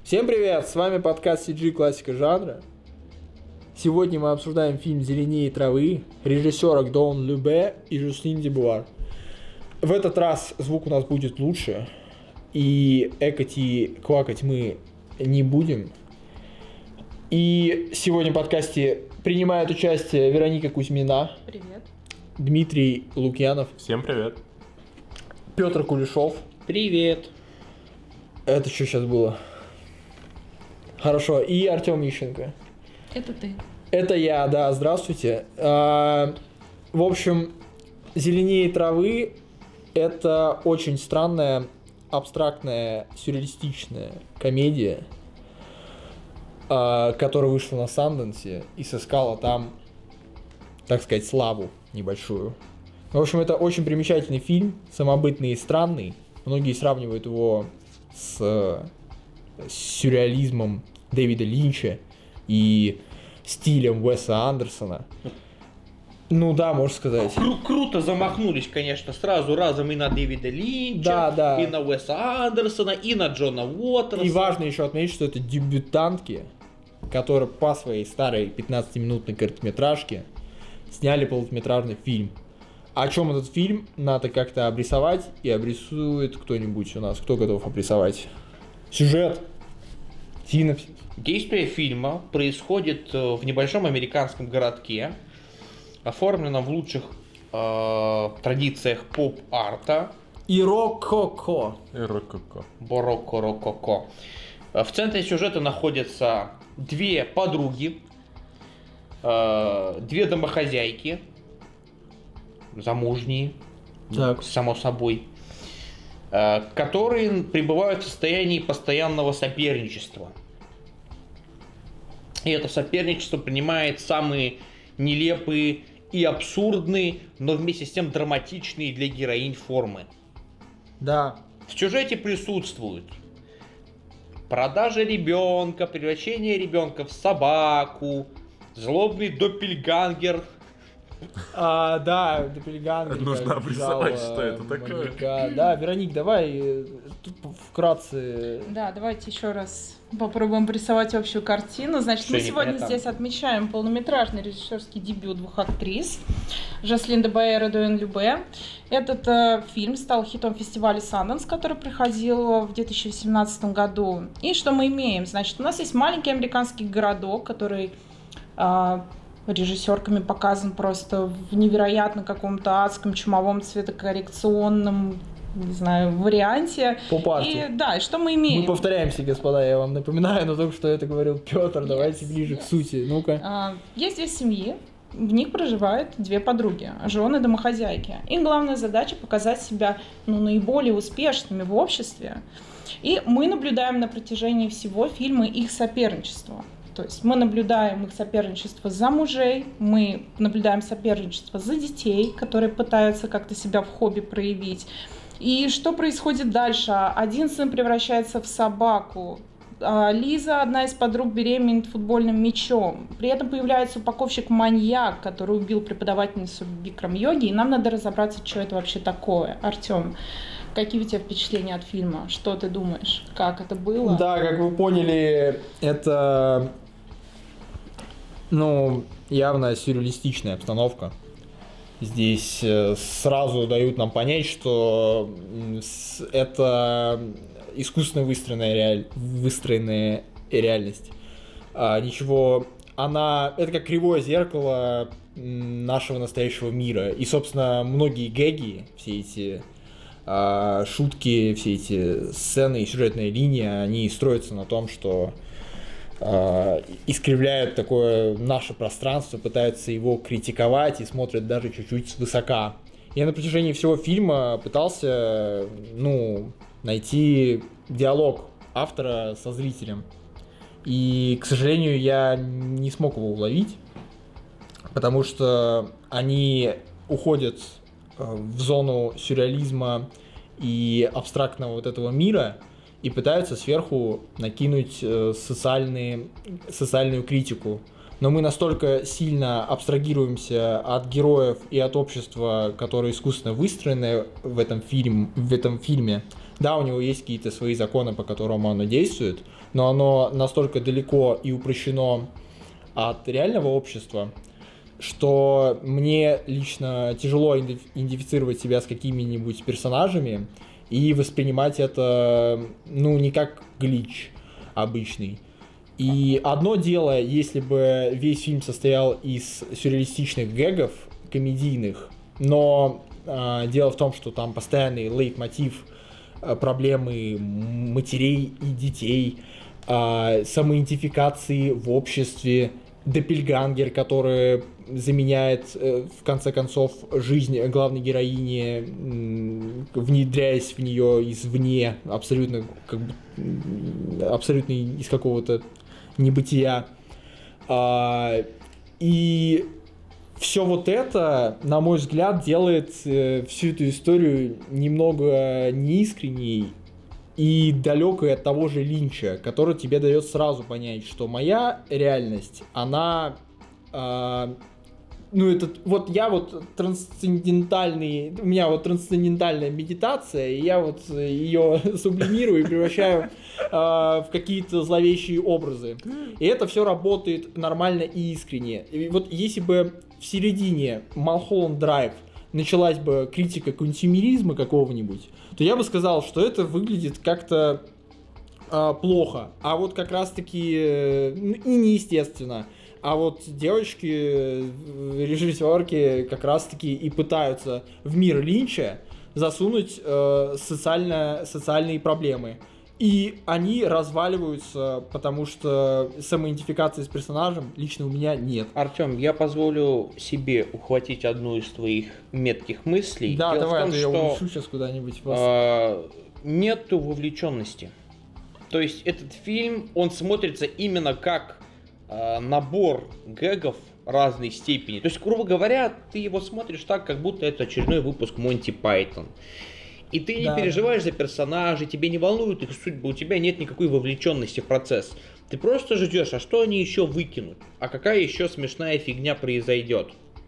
Всем привет! С вами подкаст CG Классика жанра. Сегодня мы обсуждаем фильм «Зеленее травы» режиссера Гдоун Любе и Жюстин Дебуар. В этот раз звук у нас будет лучше, и экать и квакать мы не будем. И сегодня в подкасте принимают участие Вероника Кузьмина. Привет. Дмитрий Лукьянов. Всем привет. Петр Кулешов. Привет. Это что сейчас было? Хорошо. И Артем Ищенко. Это ты. Это я, да, здравствуйте. В общем, «Зеленее травы» — это очень странная, абстрактная, сюрреалистичная комедия, которая вышла на Санденсе и сыскала там, так сказать, славу небольшую. В общем, это очень примечательный фильм, самобытный и странный. Многие сравнивают его с сюрреализмом Дэвида Линча и стилем Уэса Андерсона. Ну да, можно сказать. Круто замахнулись, конечно, сразу разом и на Дэвида Линча, Да. и на Уэса Андерсона, и на Джона Уотерса. И важно еще отметить, что это дебютантки, которые по своей старой 15-минутной короткометражке сняли полнометражный фильм. О чем этот фильм, надо как-то обрисовать, и обрисует кто-нибудь у нас. Кто готов обрисовать? Сюжет, синопсис. Действие фильма происходит в небольшом американском городке, оформленном в лучших традициях поп-арта. И рококо. Барокко-рококо. В центре сюжета находятся две подруги, две домохозяйки, замужние, Так. само собой, которые пребывают в состоянии постоянного соперничества. И это соперничество принимает самые нелепые и абсурдные, но вместе с тем драматичные для героинь формы. Да. В сюжете присутствуют продажа ребенка, превращение ребенка в собаку, злобный доппельгангер. Да, Доппельгангер. Нужно обрисовать, что это такое. Да, Вероник, давай тут вкратце. Да, давайте еще раз попробуем рисовать общую картину. Значит, Что мы сегодня непонятно? здесь отмечаем полнометражный режиссерский дебют двух актрис Жослин Дебуар и Гдоун Любе. Этот фильм стал хитом фестиваля Санденс, который проходил в 2017 году. И что мы имеем? Значит, у нас есть маленький американский городок, который режиссерками показан просто в невероятно каком-то адском чумовом цветокоррекционном, не знаю, варианте. Поп-арте. И да, и что мы имеем? Мы повторяемся, господа, я вам напоминаю, но только что это говорил Петр. Давайте ближе к сути. Ну-ка. Есть две семьи, в них проживают две подруги, жены домохозяйки. Их главная задача показать себя наиболее успешными в обществе. И мы наблюдаем на протяжении всего фильма их соперничество. То есть мы наблюдаем их соперничество за мужей, мы наблюдаем соперничество за детей, которые пытаются как-то себя в хобби проявить. И что происходит дальше? Один сын превращается в собаку. Лиза, одна из подруг, беременна футбольным мячом. При этом появляется упаковщик-маньяк, который убил преподавательницу бикрам-йоги. И нам надо разобраться, что это вообще такое. Артем, какие у тебя впечатления от фильма? Что ты думаешь? Как это было? Да, как вы поняли, это, явно сюрреалистичная обстановка. Здесь сразу дают нам понять, что это искусственно выстроенная реальность. Это как кривое зеркало нашего настоящего мира. И, собственно, многие гэги, все эти шутки, все эти сцены и сюжетная линия, они строятся на том, что искривляют такое наше пространство, пытаются его критиковать и смотрят даже чуть-чуть свысока. Я на протяжении всего фильма пытался, найти диалог автора со зрителем. И, к сожалению, я не смог его уловить, потому что они уходят в зону сюрреализма и абстрактного вот этого мира и пытаются сверху накинуть социальную критику но мы настолько сильно абстрагируемся от героев и от общества, которое искусственно выстроено в этом фильме. Да, у него есть какие-то свои законы, по которым оно действует, но оно настолько далеко и упрощено от реального общества, что мне лично тяжело идентифицировать себя с какими-нибудь персонажами и воспринимать это, не как глич обычный. И одно дело, если бы весь фильм состоял из сюрреалистичных гэгов, комедийных, но дело в том, что там постоянный лейтмотив проблемы матерей и детей, самоидентификации в обществе, доппельгангер, который заменяет, в конце концов, жизнь главной героини, внедряясь в нее извне, абсолютно из какого-то небытия. И все вот это, на мой взгляд, делает всю эту историю немного неискренней и далекой от того же Линча, который тебе дает сразу понять, что моя реальность, она... я трансцендентальный, у меня трансцендентальная медитация, и я ее сублимирую и превращаю в какие-то зловещие образы. И это все работает нормально и искренне. И вот если бы в середине Малхолланд Драйв началась бы критика консюмеризма какого-нибудь, то я бы сказал, что это выглядит как-то плохо. А вот как раз-таки и неестественно. А вот девочки, режиссерки как раз-таки и пытаются в мир Линча засунуть социальные проблемы. И они разваливаются, потому что самоидентификации с персонажем лично у меня нет. Артем, я позволю себе ухватить одну из твоих метких мыслей. Да, Дело давай, в том, я что улечу сейчас куда-нибудь. Нету вовлеченности. То есть этот фильм, он смотрится именно как набор гэгов разной степени. То есть, грубо говоря, ты его смотришь так, как будто это очередной выпуск Монти Пайтон. И ты не переживаешь за персонажей, тебе не волнует их судьбы, у тебя нет никакой вовлеченности в процесс. Ты просто ждешь, а что они еще выкинут, а какая еще смешная фигня произойдет.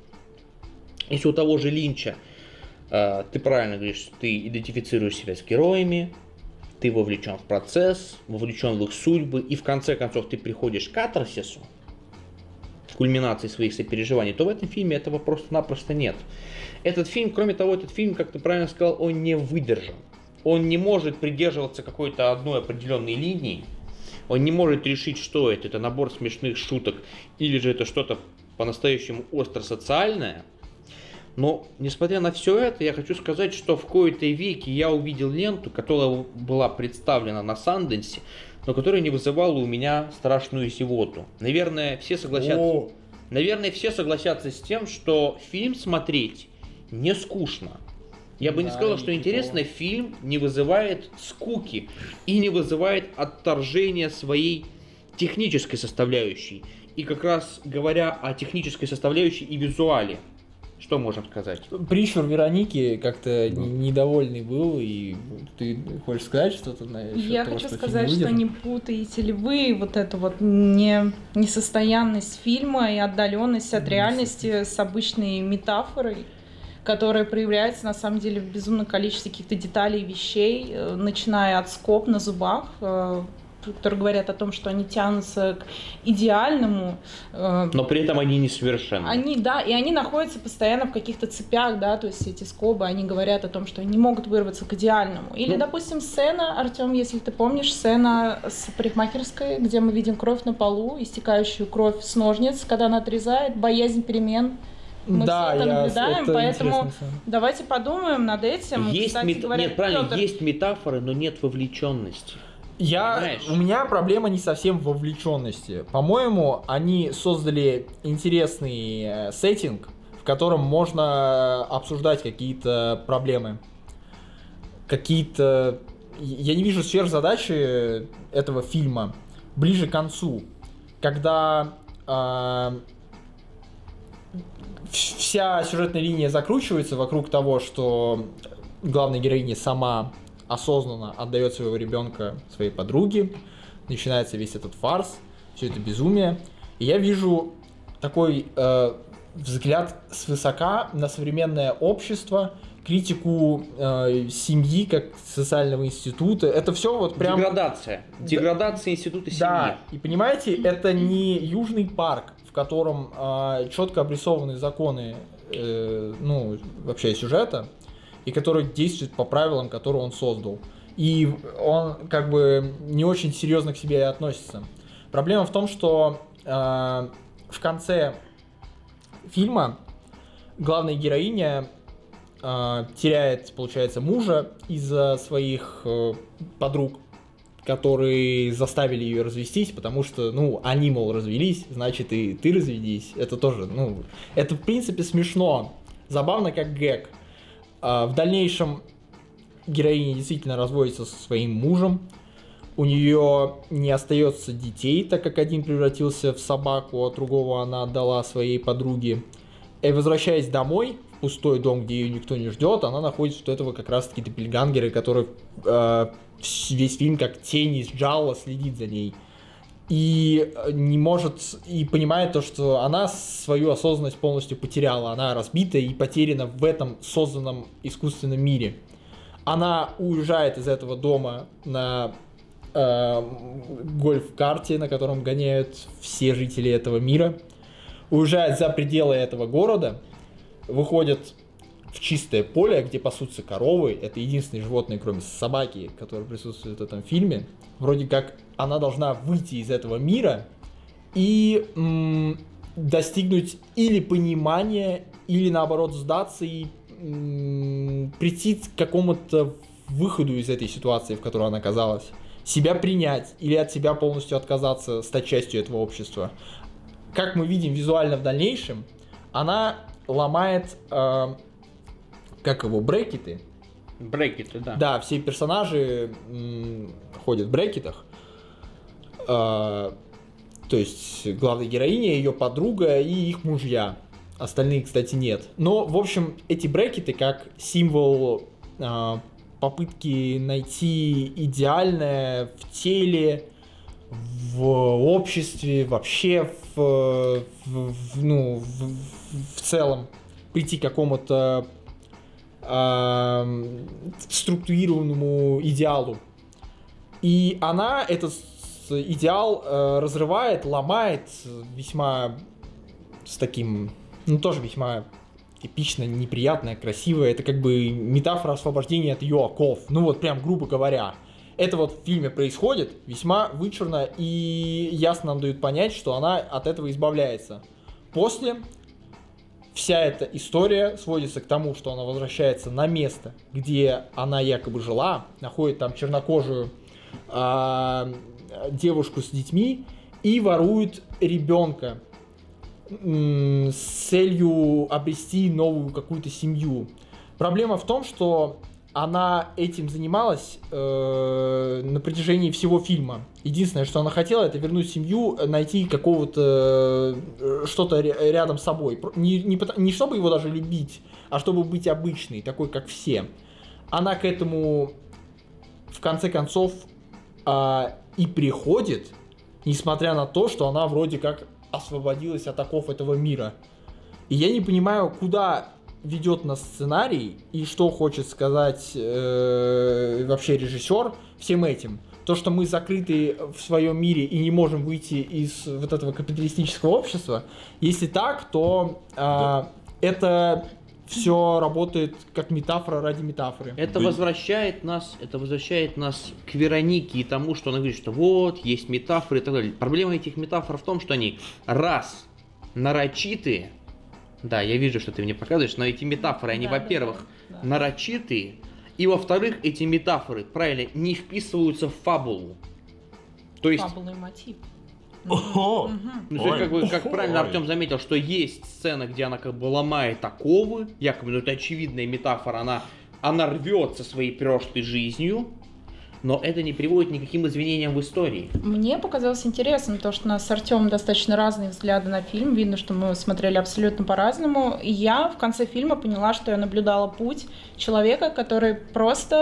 Если у того же Линча, ты правильно говоришь, ты идентифицируешь себя с героями, ты вовлечен в процесс, вовлечен в их судьбы, и в конце концов ты приходишь к катарсису, к кульминации своих сопереживаний, то в этом фильме этого просто-напросто нет. Этот фильм, кроме того, как ты правильно сказал, он не выдержан. Он не может придерживаться какой-то одной определенной линии. Он не может решить, что это набор смешных шуток, или же это что-то по-настоящему остро-социальное. Но, несмотря на все это, я хочу сказать, что в кои-то веки я увидел ленту, которая была представлена на Санденсе, но которая не вызывала у меня страшную зевоту. Наверное, все согласятся с тем, что фильм смотреть не скучно. Я бы не сказал, что интересно, фильм не вызывает скуки и не вызывает отторжения своей технической составляющей. И как раз говоря о технической составляющей и визуале, что можем сказать? Прищур Вероники как-то недовольный был, и ты хочешь сказать что-то на счет Я того, хочу что сказать, фильм что не путаете ли вы вот эту несостоянность фильма и отдаленность от реальности с обычной метафорой, которая проявляется на самом деле в безумном количестве каких-то деталей и вещей, начиная от скоб на зубах, которые говорят о том, что они тянутся к идеальному. Но при этом они несовершенны. Они находятся постоянно в каких-то цепях, да, то есть эти скобы, они говорят о том, что они не могут вырваться к идеальному. Или, допустим, сцена, Артем, если ты помнишь, сцена с парикмахерской, где мы видим кровь на полу, истекающую кровь с ножниц, когда она отрезает, боязнь перемен. Мы все это наблюдаем, поэтому давайте подумаем над этим. Есть метафоры, но нет вовлеченности. У меня проблема не совсем в вовлеченности. По-моему, они создали интересный сеттинг, в котором можно обсуждать какие-то проблемы. Я не вижу сверхзадачи этого фильма ближе к концу, когда вся сюжетная линия закручивается вокруг того, что главная героиня сама осознанно отдает своего ребенка своей подруге, начинается весь этот фарс, все это безумие. И я вижу такой взгляд свысока на современное общество, критику семьи как социального института. Это все вот прям... Деградация института семьи. Да, и понимаете, это не Южный парк, в котором четко обрисованы законы, ну, вообще сюжета, и который действует по правилам, которые он создал. И он как бы не очень серьезно к себе относится. Проблема в том, что в конце фильма главная героиня теряет, получается, мужа из-за своих подруг, которые заставили ее развестись, потому что, ну, они, мол, развелись, значит, и ты разведись. Это тоже, ну, это, в принципе, смешно, забавно, как гэг. В дальнейшем героиня действительно разводится со своим мужем, у нее не остается детей, так как один превратился в собаку, а другого она отдала своей подруге. И возвращаясь домой, в пустой дом, где ее никто не ждет, она находит вот этого как раз-таки доппельгангера, который весь фильм как тень из Джалла следит за ней. И не может, и понимает то, что она свою осознанность полностью потеряла. Она разбита и потеряна в этом созданном искусственном мире. Она уезжает из этого дома на гольф-карте, на котором гоняют все жители этого мира. Уезжает за пределы этого города, выходит в чистое поле, где пасутся коровы. Это единственные животные, кроме собаки, которые присутствуют в этом фильме. Вроде как она должна выйти из этого мира и достигнуть или понимания, или наоборот сдаться и прийти к какому-то выходу из этой ситуации, в которой она оказалась. Себя принять или от себя полностью отказаться, стать частью этого общества. Как мы видим визуально в дальнейшем, она ломает, брекеты. Брекеты, да. Да, все персонажи ходят в брекетах. То есть главная героиня, ее подруга и их мужья. Остальные, кстати, нет. Но, в общем, эти брекеты как символ попытки найти идеальное в теле, в обществе, вообще в целом прийти к какому-то структурированному идеалу. И она этот идеал разрывает, ломает весьма с таким, ну тоже весьма эпично, неприятно, красиво. Это как бы метафора освобождения от ее оков. Ну вот прям грубо говоря. Это вот в фильме происходит весьма вычурно и ясно нам дают понять, что она от этого избавляется. После вся эта история сводится к тому, что она возвращается на место, где она якобы жила, находит там чернокожую девушку с детьми и ворует ребенка с целью обрести новую какую-то семью. Проблема в том, что она этим занималась на протяжении всего фильма. Единственное, что она хотела, это вернуть семью, найти какого-то что-то рядом с собой. Не чтобы его даже любить, а чтобы быть обычной, такой, как все. Она к этому, в конце концов, и приходит, несмотря на то, что она вроде как освободилась от оков этого мира. И я не понимаю, куда ведет нас сценарий и что хочет сказать вообще режиссер всем этим. То, что мы закрыты в своем мире и не можем выйти из вот этого капиталистического общества. Если так, то это все работает как метафора ради метафоры. Это возвращает нас к Веронике и тому, что она говорит, что вот, есть метафоры и так далее. Проблема этих метафор в том, что они, раз, нарочитые. Да, я вижу, что ты мне показываешь, но эти метафоры, они, во-первых, нарочитые, и, во-вторых, эти метафоры, правильно, не вписываются в фабулу. То есть... Фабулный мотив. Ого! Как правильно Артем заметил, что есть сцена, где она как бы ломает оковы, якобы, ну это очевидная метафора, она рвется своей прошлой жизнью, но это не приводит к никаким изменениям в истории. Мне показалось интересным то, что у нас с Артемом достаточно разные взгляды на фильм. Видно, что мы смотрели абсолютно по-разному. И я в конце фильма поняла, что я наблюдала путь человека, который просто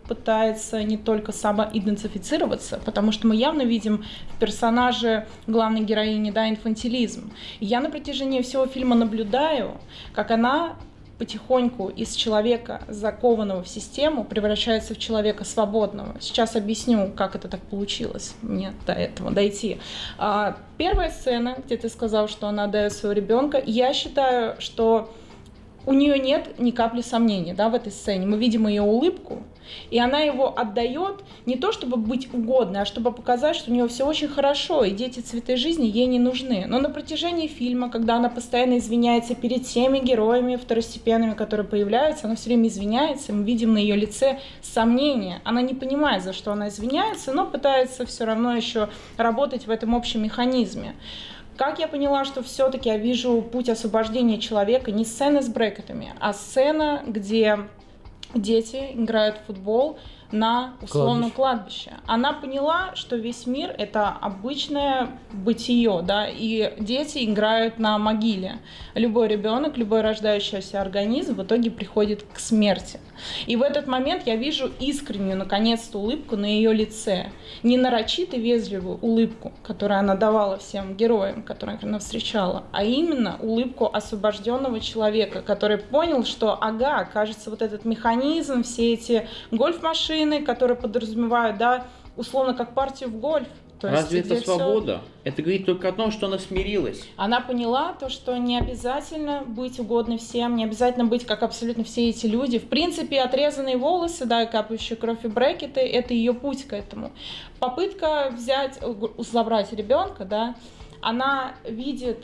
пытается не только самоидентифицироваться, потому что мы явно видим в персонаже главной героини, да, инфантилизм. И я на протяжении всего фильма наблюдаю, как она потихоньку из человека, закованного в систему, превращается в человека свободного. Сейчас объясню, как это так получилось мне до этого дойти. Первая сцена, где ты сказал, что она отдает своего ребенка, я считаю, что у нее нет ни капли сомнений, да, в этой сцене. Мы видим ее улыбку, и она его отдает не то, чтобы быть угодной, а чтобы показать, что у нее все очень хорошо, и дети цветы жизни ей не нужны. Но на протяжении фильма, когда она постоянно извиняется перед теми героями второстепенными, которые появляются, она все время извиняется, мы видим на ее лице сомнения. Она не понимает, за что она извиняется, но пытается все равно еще работать в этом общем механизме. Как я поняла, что все-таки я вижу путь освобождения человека не сцена с брекетами, а сцена, где дети играют в футбол на условном кладбище. Она поняла, что весь мир — это обычное бытие, да, и дети играют на могиле. Любой ребенок, любой рождающийся организм в итоге приходит к смерти. И в этот момент я вижу искреннюю, наконец-то, улыбку на ее лице. Не нарочито вежливую улыбку, которую она давала всем героям, которых она встречала, а именно улыбку освобожденного человека, который понял, что, ага, кажется, вот этот механизм, все эти гольф-машины, которые подразумевают, да, условно, как партию в гольф. То Разве есть, это свобода? Это говорит только о том, что она смирилась. Она поняла то, что не обязательно быть угодной всем, не обязательно быть как абсолютно все эти люди. В принципе, отрезанные волосы, да, и капающие кровь и брекеты — это ее путь к этому. Попытка забрать ребенка, да, она видит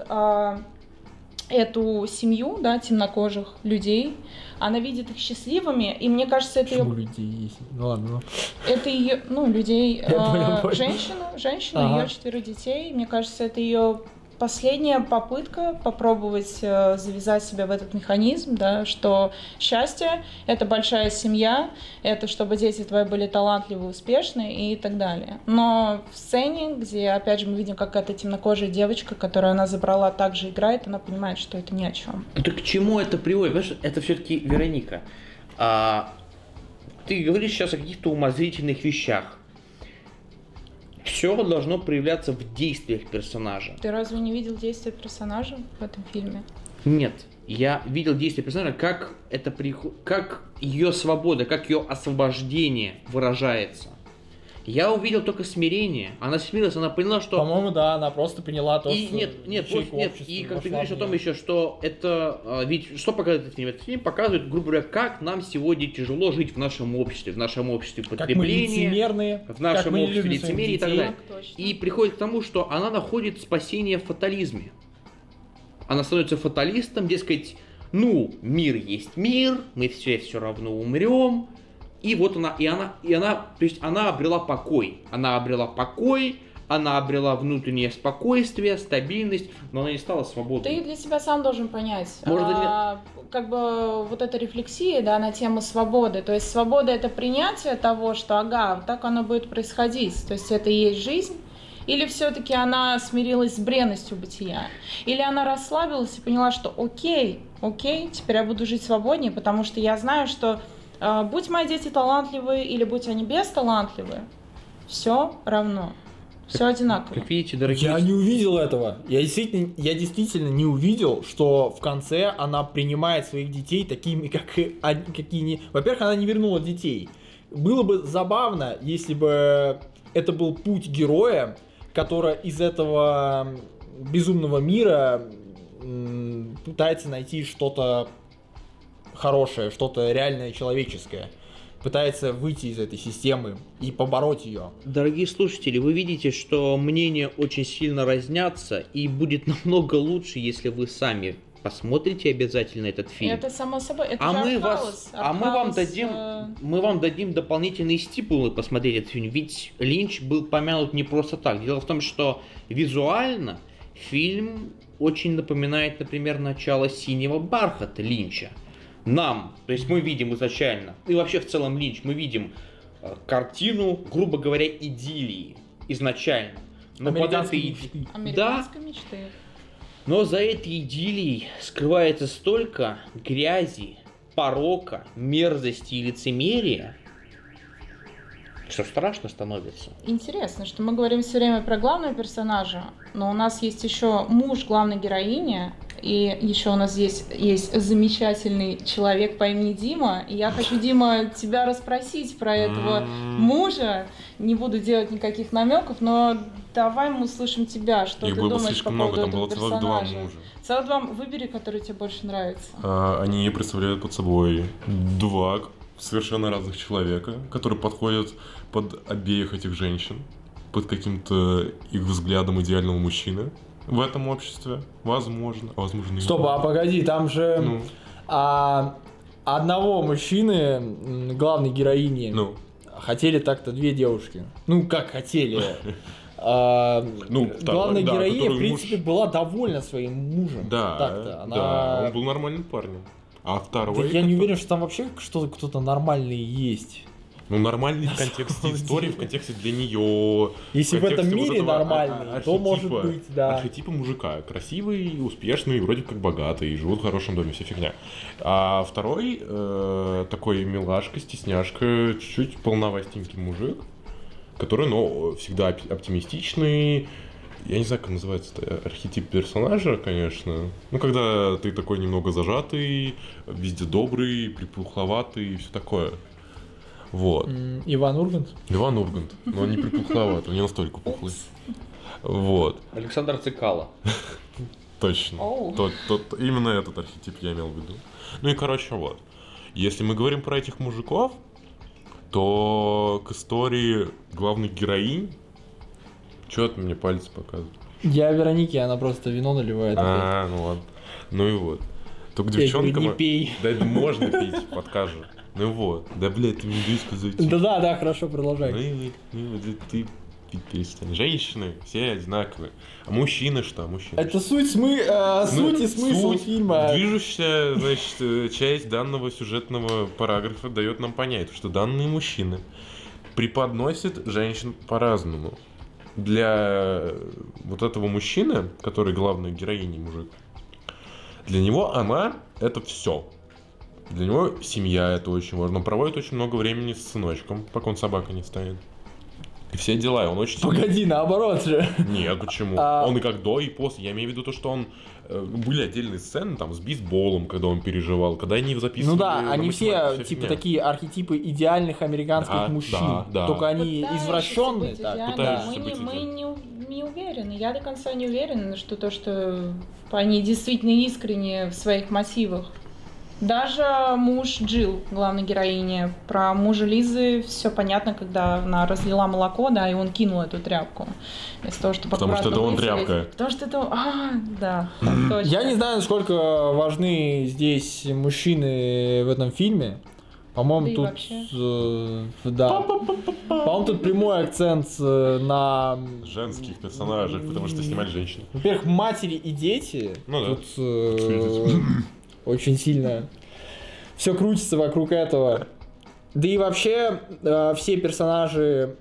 эту семью, да, темнокожих людей, она видит их счастливыми, и мне кажется, это Почему людей есть? Ну ладно, ну. Это ее, людей, понял. женщину, ее 4 детей. Мне кажется, это ее последняя попытка попробовать завязать себя в этот механизм, да, что счастье — это большая семья, это чтобы дети твои были талантливы, успешные и так далее. Но в сцене, где, опять же, мы видим, как эта темнокожая девочка, которую она забрала, также играет, она понимает, что это ни о чем. Так к чему это приводит? Понимаешь, это все-таки Вероника. Ты говоришь сейчас о каких-то умозрительных вещах. Все должно проявляться в действиях персонажа. Ты разве не видел действия персонажа в этом фильме? Нет, я видел действия персонажа, как ее свобода, как ее освобождение выражается. Я увидел только смирение. Она смирилась, она поняла, что... По-моему, да, она просто приняла то, и что... нет, и как ты говоришь о том еще, что это... Ведь что показывает этот фильм? Этот фильм показывает, грубо говоря, как нам сегодня тяжело жить в нашем обществе потребления, в нашем обществе лицемерия и так далее. И приходит к тому, что она находит спасение в фатализме. Она становится фаталистом, дескать, мир есть мир, мы все равно умрем. И вот она, то есть она обрела покой. Она обрела внутреннее спокойствие, стабильность, но она не стала свободной. Ты для себя сам должен понять. Может, как бы вот эта рефлексия, да, на тему свободы. То есть свобода — это принятие того, что, так оно будет происходить. То есть это и есть жизнь. Или все-таки она смирилась с бренностью бытия? Или она расслабилась и поняла, что окей, теперь я буду жить свободнее, потому что я знаю, что будь мои дети талантливые или будь они бесталантливые, все равно, все одинаково. Как видите, дорогие... Я не увидел этого. Я действительно не увидел, что в конце она принимает своих детей такими, какие они. Во-первых, она не вернула детей. Было бы забавно, если бы это был путь героя, который из этого безумного мира пытается найти что-то хорошее, что-то реальное человеческое. Пытается выйти из этой системы и побороть ее. Дорогие слушатели, вы видите, что мнения очень сильно разнятся, и будет намного лучше, если вы сами посмотрите обязательно этот фильм. Это само собой, это мы вам дадим дополнительные стимулы посмотреть этот фильм, ведь Линч был помянут не просто так. Дело в том, что визуально фильм очень напоминает, например, начало «Синего бархата» Линча. То есть мы видим изначально, и вообще в целом Линч, мы видим картину, грубо говоря, идиллии изначально. Но американской мечты. Американской мечты. Но за этой идиллией скрывается столько грязи, порока, мерзости и лицемерия, Все страшно становится. Интересно, что мы говорим все время про главного персонажа, но у нас есть еще муж главной героини, и еще у нас здесь есть замечательный человек по имени Дима. И я хочу, Дима, тебя расспросить про этого мужа. Не буду делать никаких намеков, но давай мы услышим тебя, что Их ты было думаешь по слишком много, поводу там было этого целых два персонажа. мужа. Целых два. Выбери, который тебе больше нравится. Они представляют под собой два совершенно разных человека, которые подходят под обеих этих женщин, под каким-то их взглядом идеального мужчины в этом обществе. Возможно. А возможно и нет. Стоп, а погоди, там же Ну, одного мужчины, главной героини, ну. хотели так-то две девушки. Ну, как хотели. Ну, Главная да, героиня, который в принципе, муж- была довольна своим мужем. Да, Так-то, да, она... он был нормальным парнем. А Да второй... я не уверен, что там вообще кто-то нормальный есть. Ну, нормальный в контексте самом истории, деле. в контексте для нее. Если в этом мире нормальный, то может быть, да. Архетипа мужика. Красивый, успешный, вроде как богатый, живут в хорошем доме, вся фигня. А второй, такой милашка, стесняшка, чуть-чуть полновастенький мужик, который, ну, всегда оптимистичный. Я не знаю, как называется архетип персонажа, конечно. Ну, когда ты такой немного зажатый, везде добрый, припухловатый и все такое. Вот. Иван Ургант? Иван Ургант. Но он не припухловат, он не настолько пухлый. Вот. Александр Цикало. Точно. Оу. Именно этот архетип я имел в виду. Ну и короче, вот. Если мы говорим про этих мужиков, то к истории главных героинь... Чё ты мне пальцы показывает? Я Веронике, она просто вино наливает. опять. Ну ладно. Ну и вот. Только Я говорю, девчонкам... не пей. Да можно пить, подкажу. Ну вот. Да, блядь, ты мне дай сказать. Да, хорошо, продолжай. Ты пить перестань. Женщины все одинаковые. А мужчины что? Мужчины. Это суть и смысл Суть, фильма. Движущая, значит, часть данного сюжетного параграфа дает нам понять, что данные мужчины преподносят женщин по-разному. Для вот этого мужчины, который главная героиня мужик, для него она это все. Для него семья это очень важно. Он проводит очень много времени с сыночком, пока он собака не станет. И все дела, и он очень... Погоди, наоборот же. Нет, почему? Он и как до, и после. Я имею в виду то, что он... Были отдельные сцены там с бейсболом, когда он переживал, когда они записывали... Ну да, на они все математику, вся типа фигня. такие архетипы идеальных американских Да, мужчин. да. Только они Пытаешься извращенные, быть так. идеальным. Пытаешься Мы, быть не, мы идеальным. не уверены. Я до конца не уверена, что то, что они действительно искренне в своих мотивах. Даже муж Джилл, главной героини, про мужа Лизы все понятно, когда она разлила молоко, да, и он кинул эту тряпку. Вместо того, чтобы Потому что аккуратно это он вытереть. тряпка. Потому что это... да, точно. Я не знаю, насколько важны здесь мужчины в этом фильме. По-моему, Да и тут... вообще. Да. По-моему, тут прямой акцент на... Женских персонажей, потому что снимали женщины. Во-первых, матери и дети. Ну да. Тут очень сильно все крутится вокруг этого. Да и вообще все персонажи,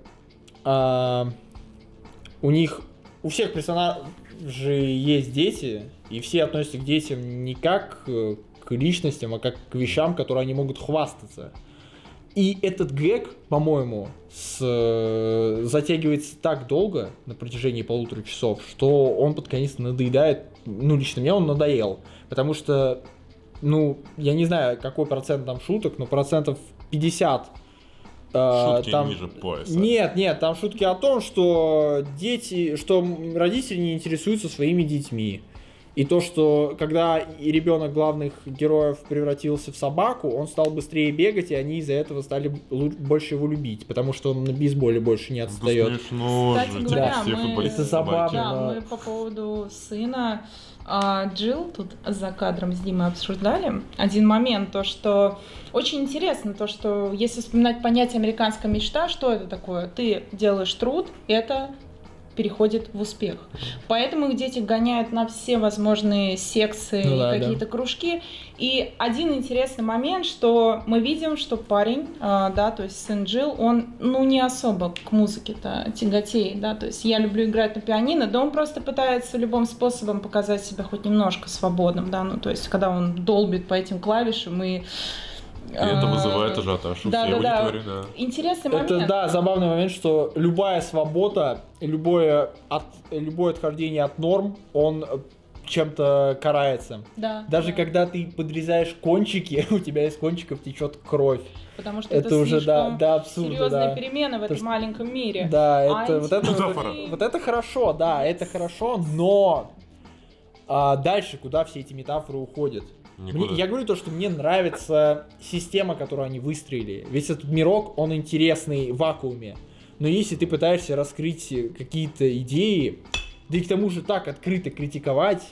у всех персонажей есть дети, и все относятся к детям не как к личностям, а как к вещам, которые они могут хвастаться. И этот гэг, по-моему, затягивается так долго, на протяжении 1,5 часов, что он под конец надоедает. Ну, лично мне он надоел. Потому что, ну, я не знаю, какой процент там шуток, но 50%. Шутки там... ниже пояса. Нет, там шутки о том, что родители не интересуются своими детьми. И то, что когда ребенок главных героев превратился в собаку, он стал быстрее бегать, и они из-за этого стали больше его любить, потому что он на бейсболе больше не отстает. Да смешно Кстати же, говоря, все мы- футболисты Это забавно. собаки. Да, мы по поводу сына Джилл тут за кадром с Димой обсуждали один момент, то что очень интересно, то что если вспоминать понятие американская мечта, что это такое? Ты делаешь труд, это переходит в успех. Поэтому их дети гоняют на все возможные секции, Ну да, какие-то кружки. И один интересный момент, что мы видим, что парень, да, то есть сын Джилл, он, ну, не особо к музыке-то тяготеет, да, то есть я люблю играть на пианино, да он просто пытается любым способом показать себя хоть немножко свободным, да, ну, то есть когда он долбит по этим клавишам и И это вызывает ажиотаж у всей аудитории, да. Интересный момент. Это, да, забавный момент, что любая свобода, любое отхождение от норм, он чем-то карается. Да. Даже да. когда ты подрезаешь кончики, у тебя из кончиков течет кровь. Потому что это уже слишком до абсурда, серьезные да. перемены в этом что- маленьком мире. Да, А это, антиутопия. вот это хорошо, да, это хорошо, но дальше куда все эти метафоры уходят? Никуда. Я говорю то, что мне нравится система, которую они выстроили. Весь этот мирок, он интересный в вакууме. Но если ты пытаешься раскрыть какие-то идеи, да и к тому же так открыто критиковать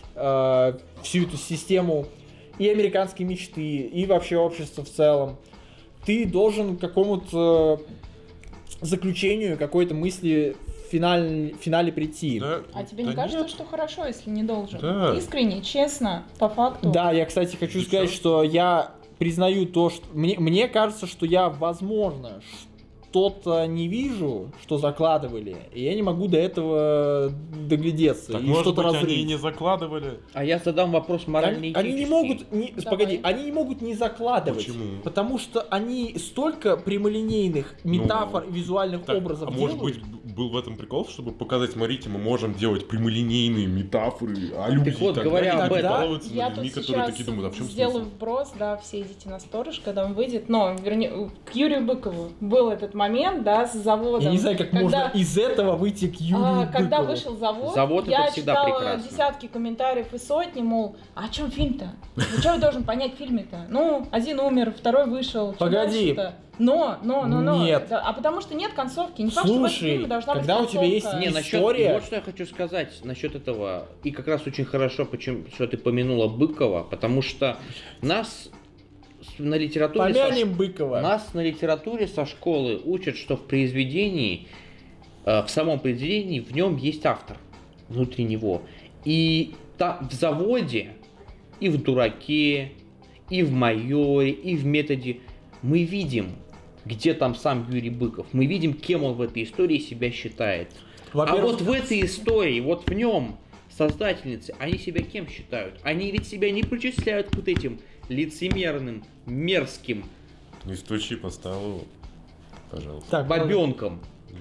всю эту систему и американской мечты, и вообще общества в целом, ты должен к какому-то заключению, какой-то мысли в финале прийти. Да, А тебе да не кажется, нет. что хорошо, если не должен? Да. Искренне, честно, по факту. Да, я, кстати, хочу И сказать, всё. что я признаю то, что... Мне кажется, что я, возможно, что-то не вижу, что закладывали, и я не могу до этого доглядеться Так, и может что-то быть, разрыть. они и не закладывали? А я задам вопрос моральный. Они не могут, Давай. погоди, они не могут не закладывать, Почему? потому что они столько прямолинейных метафор и визуальных Так, образов а делают. может быть, был в этом прикол, чтобы показать, смотрите, мы можем делать прямолинейные метафоры, а люди вот, тогда говоря не об этом, прикалываются Я над людьми, тут которые сейчас такие думают, а в чем сделаю смысл? вброс, да, все идите на сторож, когда он выйдет. Но, вернее, к Юрию Быкову был этот момент, да, с заводом. Я не знаю, как когда, можно из этого выйти к Юрию когда Быкову. вышел завод, Завод я это всегда читала прекрасно. десятки комментариев и сотни, мол, а о чем фильм-то? Ну что должен понять в фильме-то? Ну, один умер, второй вышел. чё Погоди. дальше-то? Но. Нет. Да, а потому что нет концовки. Не факт, что в этом Слушай, фильме должна когда быть у тебя есть концовка. Не, насчет, История. вот что я хочу сказать насчет этого. И как раз очень хорошо, почему, что ты помянула Быкова, потому что нас на литературе... Помянем Быкова. Нас на литературе со школы учат, что в произведении, в самом произведении, в нем есть автор внутри него. И в заводе, и в дураке, и в майоре, и в методе мы видим, где там сам Юрий Быков. Мы видим, кем он в этой истории себя считает. А Во-первых, вот в этой истории, вот в нем создательницы, они себя кем считают? Они ведь себя не причисляют к вот этим лицемерным, мерзким Не стучи по столу, пожалуйста. так, бабенкам.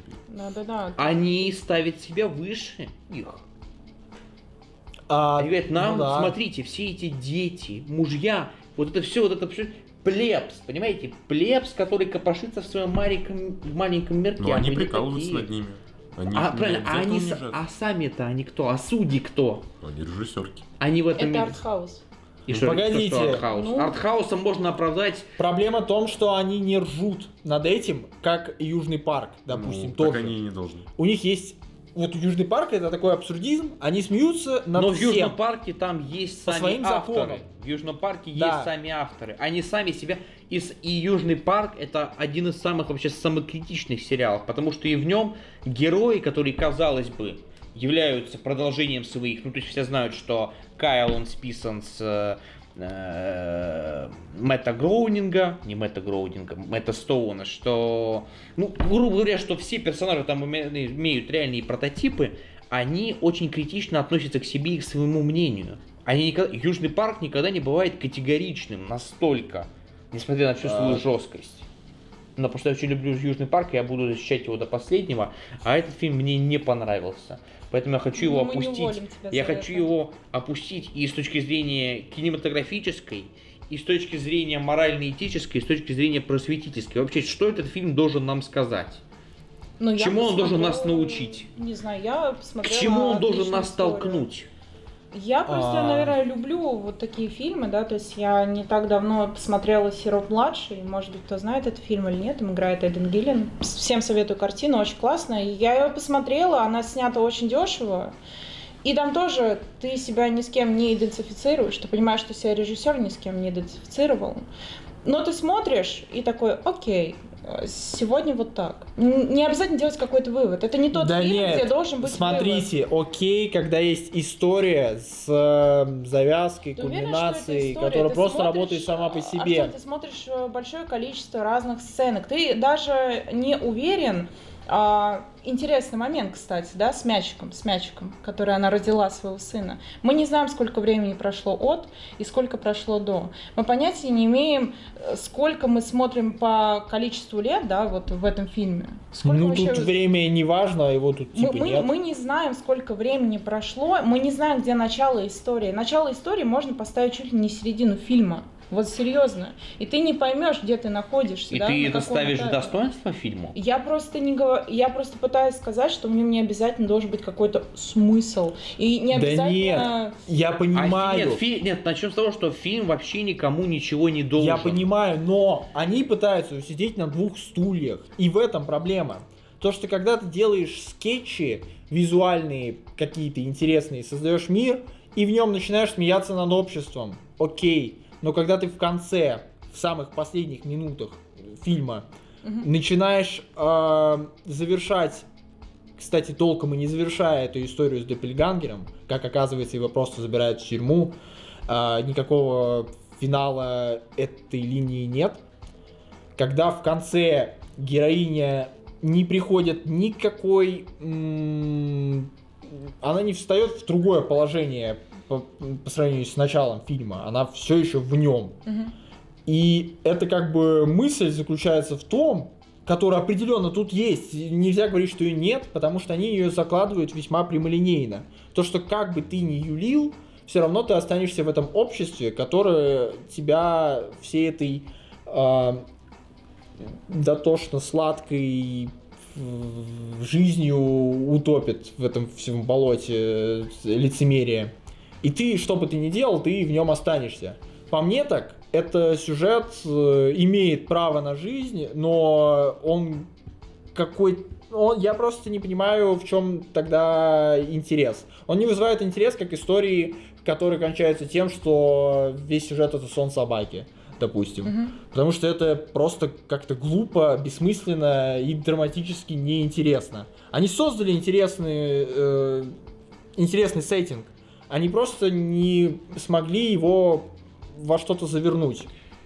Да. Они ставят себя выше их. а, Они говорят, нам, ну да. смотрите, все эти дети, мужья, вот это все плебс, понимаете? Плебс, который копошится в своем маленьком мирке. Но а они мы не прикалываются такие. над ними. Они А их не правильно, а, обязательно они, унижают. а сами-то они кто? А судьи кто? Они режиссерки. Они в этом Это мире. артхаус. И Ну, что, погодите. что артхаус? Ну. Артхаусом можно оправдать. Проблема в том, что они не ржут над этим, как Южный парк, допустим, Ну, тоже. так они и не должны. У них есть... Вот Южный парк это такой абсурдизм, они смеются над Но в всем. Южном парке там есть По сами своим авторы. законам. В Южном парке Да. есть сами авторы. Они сами себя... И Южный парк это один из самых вообще самокритичных сериалов, потому что и в нем герои, которые, казалось бы, являются продолжением своих. Ну, то есть все знают, что Кайл, он списан с Мэтта Гроунинга, не Мэтта Гроунинга, Мэтта Стоуна, что, ну, грубо говоря, что все персонажи там имеют реальные прототипы, они очень критично относятся к себе и к своему мнению. Южный парк никогда не бывает категоричным настолько, несмотря на всю свою жесткость. Но потому что я очень люблю Южный парк, и я буду защищать его до последнего, а этот фильм мне не понравился. Поэтому я хочу его Мы не опустить. уволим тебя Я за хочу это. его опустить и с точки зрения кинематографической, и с точки зрения морально-этической, и с точки зрения просветительской. Вообще, что этот фильм должен нам сказать? Ну, К я чему он должен нас посмотрела, научить? Не знаю, я К посмотрела чему он должен отличную нас историю. толкнуть? Я просто, наверное, люблю вот такие фильмы, да, то есть я не так давно посмотрела «Сироп-младший», может быть, кто знает этот фильм или нет, там играет Эйден Гиллен. Всем советую картину, очень классная. Я ее посмотрела, она снята очень дешево, и там тоже ты себя ни с кем не идентифицируешь, ты понимаешь, что себя режиссер ни с кем не идентифицировал, но ты смотришь и такой, окей, сегодня вот так. Не обязательно делать какой-то вывод. Это не тот Да фильм, нет, где должен быть смотрите, окей, когда есть история с завязкой, Ты уверен, что это кульминацией, история? которая Ты просто смотришь, работает сама по себе. Артём, ты смотришь большое количество разных сценок. Ты даже не уверен, Интересный момент, кстати, да, с мячиком, который она родила своего сына. Мы не знаем, сколько времени прошло от и сколько прошло до. Мы понятия не имеем, сколько мы смотрим по количеству лет, да, вот в этом фильме. Сколько тут время не важно, его тут типа нет. Мы не знаем, сколько времени прошло, мы не знаем, где начало истории. Начало истории можно поставить чуть ли не середину фильма. Вот серьезно. И ты не поймешь, где ты находишься. И да, ты это ставишь этапе. достоинство фильму? Я просто пытаюсь сказать, что в нем не обязательно должен быть какой-то смысл. И не обязательно... Да нет, я понимаю. Нет, начнем с того, что фильм вообще никому ничего не должен. Я понимаю, но они пытаются усидеть на двух стульях. И в этом проблема. То, что когда ты делаешь скетчи визуальные, какие-то интересные, создаешь мир, и в нем начинаешь смеяться над обществом. Окей. Но когда ты в конце, в самых последних минутах фильма, начинаешь завершать, кстати, толком и не завершая эту историю с Доппельгангером, как оказывается, его просто забирают в тюрьму, никакого финала этой линии нет. Когда в конце героиня не приходит никакой... она не встает в другое положение по сравнению с началом фильма, она все еще в нем. И это как бы мысль заключается в том, которая определенно тут есть, нельзя говорить, что ее нет, потому что они ее закладывают весьма прямолинейно. То, что как бы ты ни юлил, все равно ты останешься в этом обществе, которое тебя всей этой дотошно-сладкой жизнью утопит в этом всем болоте лицемерия. И ты, что бы ты ни делал, ты в нем останешься. По мне так, это сюжет имеет право на жизнь, но я просто не понимаю, в чем тогда интерес. Он не вызывает интерес, как истории, которые кончаются тем, что весь сюжет — это сон собаки, допустим. Потому что это просто как-то глупо, бессмысленно и драматически неинтересно. Они создали интересный сеттинг. Они просто не смогли его во что-то завернуть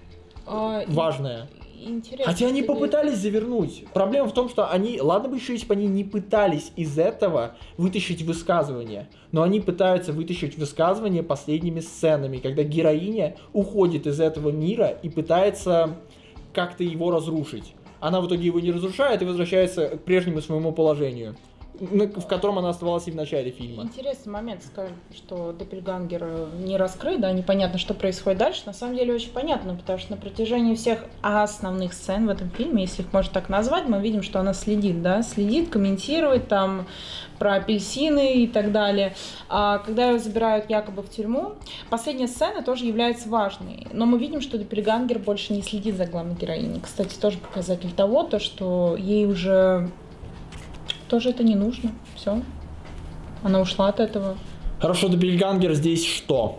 важное. Интересно. Хотя они попытались завернуть. Проблема в том, что они, ладно бы еще, если бы они не пытались из этого вытащить высказывание, но они пытаются вытащить высказывание последними сценами, когда героиня уходит из этого мира и пытается как-то его разрушить. Она в итоге его не разрушает и возвращается к прежнему своему положению, в котором она оставалась и в начале фильма. Интересный момент, скажем, что Доппельгангер не раскрыт, да, непонятно, что происходит дальше. На самом деле очень понятно, потому что на протяжении всех основных сцен в этом фильме, если их можно так назвать, мы видим, что она следит, комментирует там про апельсины и так далее. А когда ее забирают якобы в тюрьму, последняя сцена тоже является важной. Но мы видим, что Доппельгангер больше не следит за главной героиней. Кстати, тоже показатель того, что ей уже тоже это не нужно. Все. Она ушла от этого. Хорошо, Доппельгангер здесь что?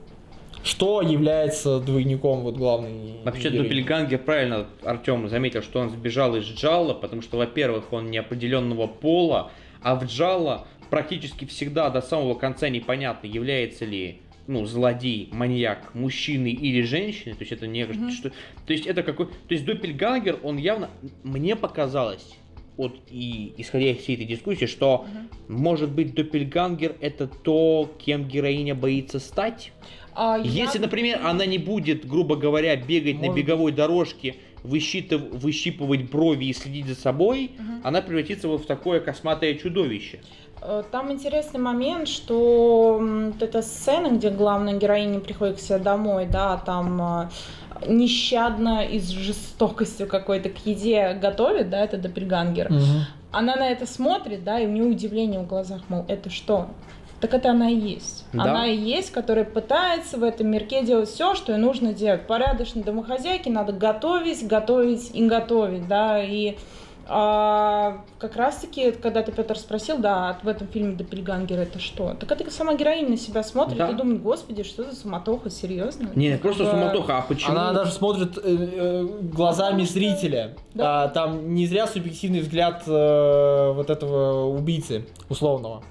Что является двойником главной Вообще, героини? Доппельгангер, правильно Артем заметил, что он сбежал из Джалла, потому что, во-первых, он неопределенного пола, а в Джалла практически всегда до самого конца непонятно, является ли злодей, маньяк, мужчиной или женщиной, то есть это не... То есть это какой... То есть Доппельгангер, он явно... Мне показалось, исходя из всей этой дискуссии, что, может быть, Доппельгангер — это то, кем героиня боится стать? Если, например, она не будет, грубо говоря, бегать на беговой дорожке, выщипывать брови и следить за собой, она превратится в такое косматое чудовище. Там интересный момент, что эта сцена, где главная героиня приходит к себе домой, да, там нещадно и с жестокостью какой-то к еде готовит, да, это Доппельгангер. Она на это смотрит, да, и у нее удивление в глазах, мол, это что? Так это она и есть. Да. Она и есть, которая пытается в этом мирке делать все, что ей нужно делать. Порядочной домохозяйке надо готовить, да, и как раз-таки, когда ты, Петр, спросил, да, в этом фильме Доппельгангер это что? Так это сама героиня на себя смотрит, да, и думает, господи, что за суматоха, серьезно? Нет, просто суматоха, а почему? Она даже смотрит глазами зрителя. Да. Там не зря субъективный взгляд этого убийцы условного.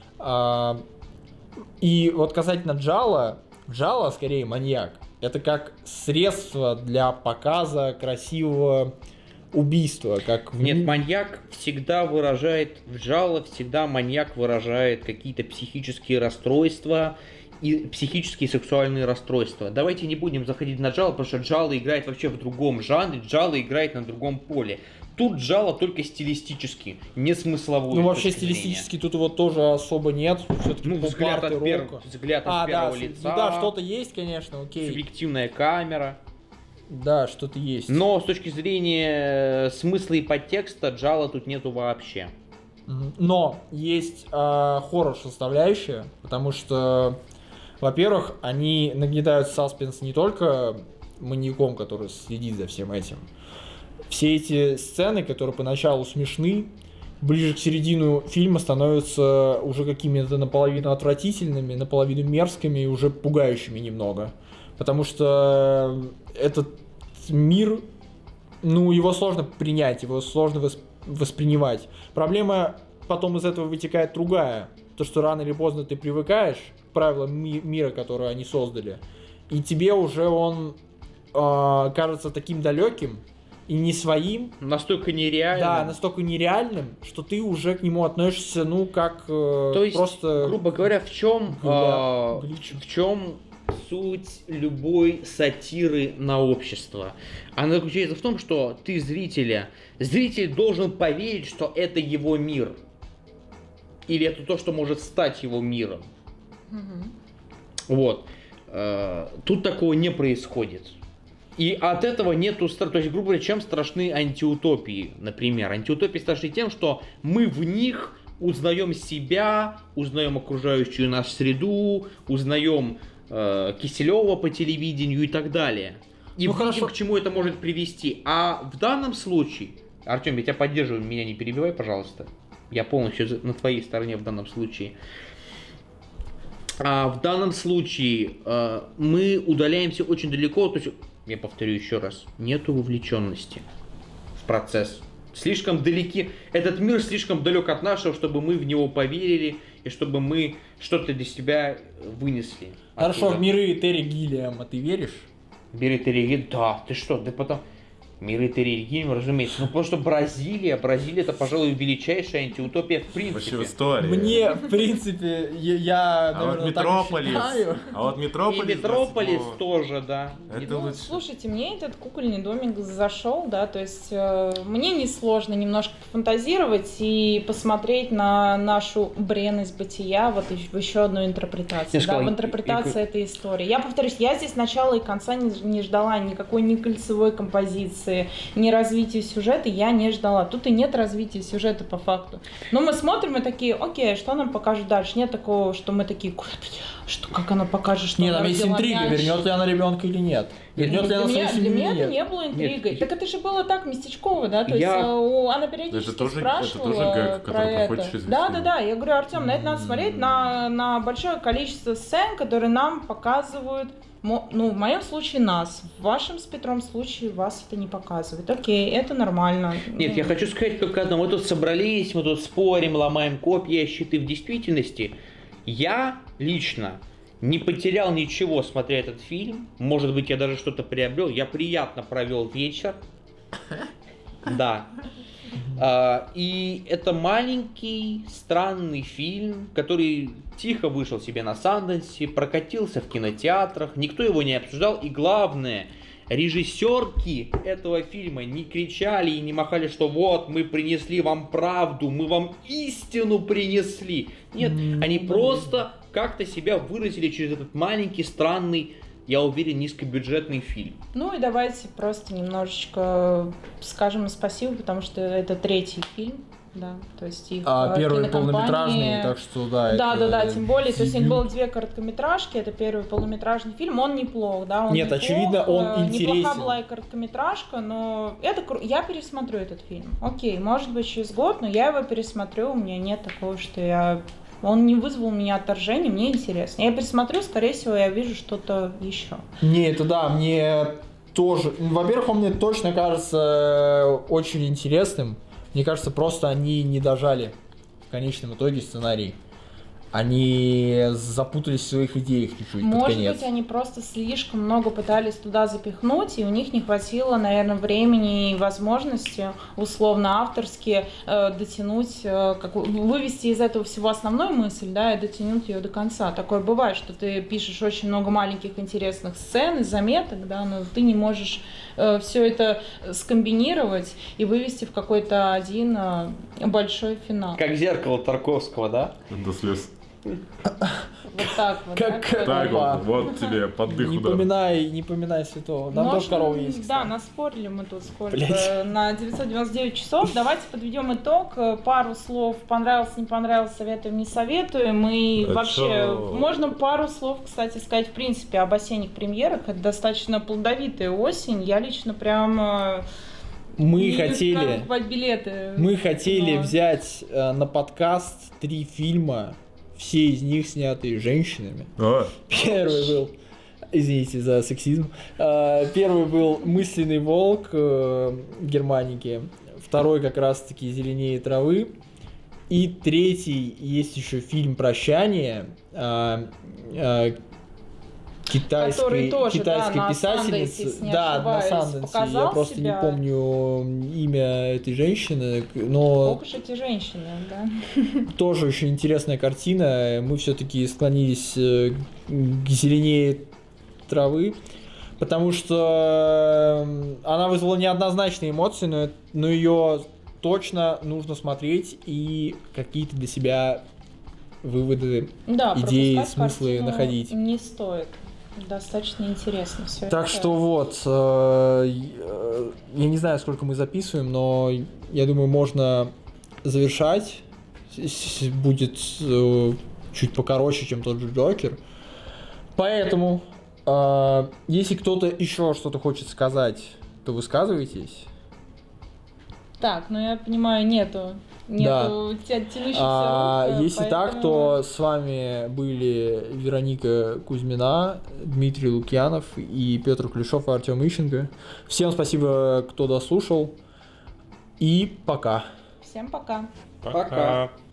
И вот касательно Джалла скорее маньяк. Это как средство для показа красивого убийство, как... Нет, маньяк всегда выражает, в Джало всегда маньяк выражает какие-то психические расстройства и психические и сексуальные расстройства. Давайте не будем заходить на Джало, потому что Джало играет вообще в другом жанре, Джало играет на другом поле. Тут Джало только стилистически, не смысловой. Ну, вообще стилистически тут его тоже особо нет. Ну, взгляд от первого лица. Ну да, что-то есть, конечно, окей. Субъективная камера. Да, что-то есть. Но с точки зрения смысла и подтекста Джало тут нету вообще. Но есть хоррор составляющая, потому что, во-первых, они нагнетают саспенс не только маньяком, который следит за всем этим. Все эти сцены, которые поначалу смешны, ближе к середину фильма становятся уже какими-то наполовину отвратительными, наполовину мерзкими и уже пугающими немного. Потому что этот мир, ну, его сложно принять, его сложно воспринимать. Проблема потом из этого вытекает другая. То, что рано или поздно ты привыкаешь к правилам мира, которые они создали, и тебе уже он кажется таким далеким и не своим. Настолько нереальным. Да, настолько нереальным, что ты уже к нему относишься, ну, как То есть, просто... грубо говоря, в чем суть любой сатиры на общество? Она заключается в том, что ты зритель должен поверить, что это его мир. Или это то, что может стать его миром. Вот. Тут такого не происходит. И от этого нету страха. То есть, грубо говоря, чем страшны антиутопии, например? Антиутопии страшны тем, что мы в них узнаем себя, узнаем окружающую нас среду, узнаем Киселева по телевидению и так далее. И ну, видим, к чему это может привести. А в данном случае, Артем, я тебя поддерживаю, меня не перебивай, пожалуйста. Я полностью на твоей стороне в данном случае. А в данном случае мы удаляемся очень далеко, то есть, я повторю еще раз, нету вовлеченности в процесс. Слишком далеки, этот мир слишком далек от нашего, чтобы мы в него поверили и чтобы мы что-то для себя вынесли. Хорошо, оттуда. в миры Терри Гиллиама ты веришь? Миры Терри Гиллиама, да, ты что, да потом... Миры Терри Гиллиама, разумеется. Ну, потому что Бразилия это, пожалуй, величайшая антиутопия в принципе. Вообще в истории. Мне, в принципе, я, А вот наверное, так и считаю. Метрополис. И Метрополис тоже, да. Это Ну, лучше. слушайте, мне этот кукольный домик зашел, да, то есть мне несложно немножко пофантазировать и посмотреть на нашу бренность бытия вот в еще одну интерпретацию, да, в интерпретации этой истории. Я повторюсь, я здесь начала и конца не ждала никакой ни кольцевой композиции, ни развития сюжета я не ждала. Тут и нет развития сюжета по факту. Но мы смотрим и такие, окей, что нам покажет дальше? Нет такого, что мы такие, что, как она покажет, что Нет, она там есть родила интрига, мяч? вернет ли она ребенка или нет. Вернет ли она свою Для семью меня или это нет. не было интригой. Нет. Так это же было так местечково, да, то есть она периодически Это тоже спрашивала гэг, про который это. проходит через весь Да, фильм. да, я говорю, Артем, на это надо смотреть на большое количество сцен, которые нам показывают. Ну, в моем случае нас, в вашем с Петром случае вас это не показывает. Окей, это нормально. Нет, я хочу сказать только одно. Мы тут собрались, мы тут спорим, ломаем копья, щиты. В действительности, я лично не потерял ничего, смотря этот фильм. Может быть, я даже что-то приобрел. Я приятно провел вечер. Да. И это маленький, странный фильм, который тихо вышел себе на Санденсе, прокатился в кинотеатрах, никто его не обсуждал, и главное, режиссерки этого фильма не кричали и не махали, что вот, мы принесли вам правду, мы вам истину принесли. Нет, они просто как-то себя выразили через этот маленький, странный, я уверен, низкобюджетный фильм. Ну и давайте просто немножечко скажем спасибо, потому что это третий фильм, да, то есть их Первый кинокомпания- полнометражный, так что да. Да, тем более, то есть у них было 2 короткометражки, это первый полнометражный фильм, он неплох, да, он Нет, неплох, очевидно, он интересен. Неплоха была и короткометражка, но это я пересмотрю этот фильм, окей, может быть через год, но я его пересмотрю, у меня нет такого, что он не вызвал у меня отторжения, мне интересно. Я пересмотрю, скорее всего, я вижу что-то еще. Не, это да, мне тоже. Во-первых, он мне точно кажется очень интересным. Мне кажется, просто они не дожали в конечном итоге сценарий. они запутались в своих идеях чуть-чуть под Может конец. быть, они просто слишком много пытались туда запихнуть, и у них не хватило, наверное, времени и возможности условно авторски дотянуть, вывести из этого всего основную мысль, да, и дотянуть ее до конца. Такое бывает, что ты пишешь очень много маленьких интересных сцен и заметок, да, но ты не можешь все это скомбинировать и вывести в какой-то один большой финал. Как зеркало Тарковского, да? До слез. Вот так вот. Как- да, Так Опа. вот тебе поддых Не удар. поминай святого. Нам тоже корова есть. Да, кстати. наспорили мы тут сколько? Блядь. На 999 часов. Давайте подведем итог. Пару слов. Понравилось, не понравилось, советуем, не советуем. И А вообще, чё? можно пару слов, кстати, сказать, в принципе, об осенних премьерах. Это достаточно плодовитая осень. Я лично прям... Мы не хотели... успеваю покупать билеты. Мы хотели Но- взять на подкаст 3 фильма, все из них снятые женщинами. Первый был, извините за сексизм, первый был «Мысленный волк» Германики, второй как раз-таки «Зеленее травы», и третий есть еще фильм «Прощание», Который тоже, китайской да, на писательницы. Санденсе, если не Да, на ошибаюсь, Санденсе. Я показал просто себя. не помню имя этой женщины, но Ох уж эти женщины, да. тоже очень интересная картина. Мы все-таки склонились к «Зеленее травы», потому что она вызвала неоднозначные эмоции, но ее точно нужно смотреть и какие-то для себя выводы. Да, идеи, пропускать смыслы картину находить. не стоит. Достаточно интересно все. Так что вот, я не знаю, сколько мы записываем, но я думаю, можно завершать. Будет чуть покороче, чем тот же Джокер. Поэтому, если кто-то еще что-то хочет сказать, то высказывайтесь. Так, ну я понимаю, нету тянущихся рук, Если так, поэтому- то с вами были Вероника Кузьмина, Дмитрий Лукьянов и Петр Клешов и Артем Ищенко. Всем спасибо, кто дослушал. И пока. Всем пока. Пока.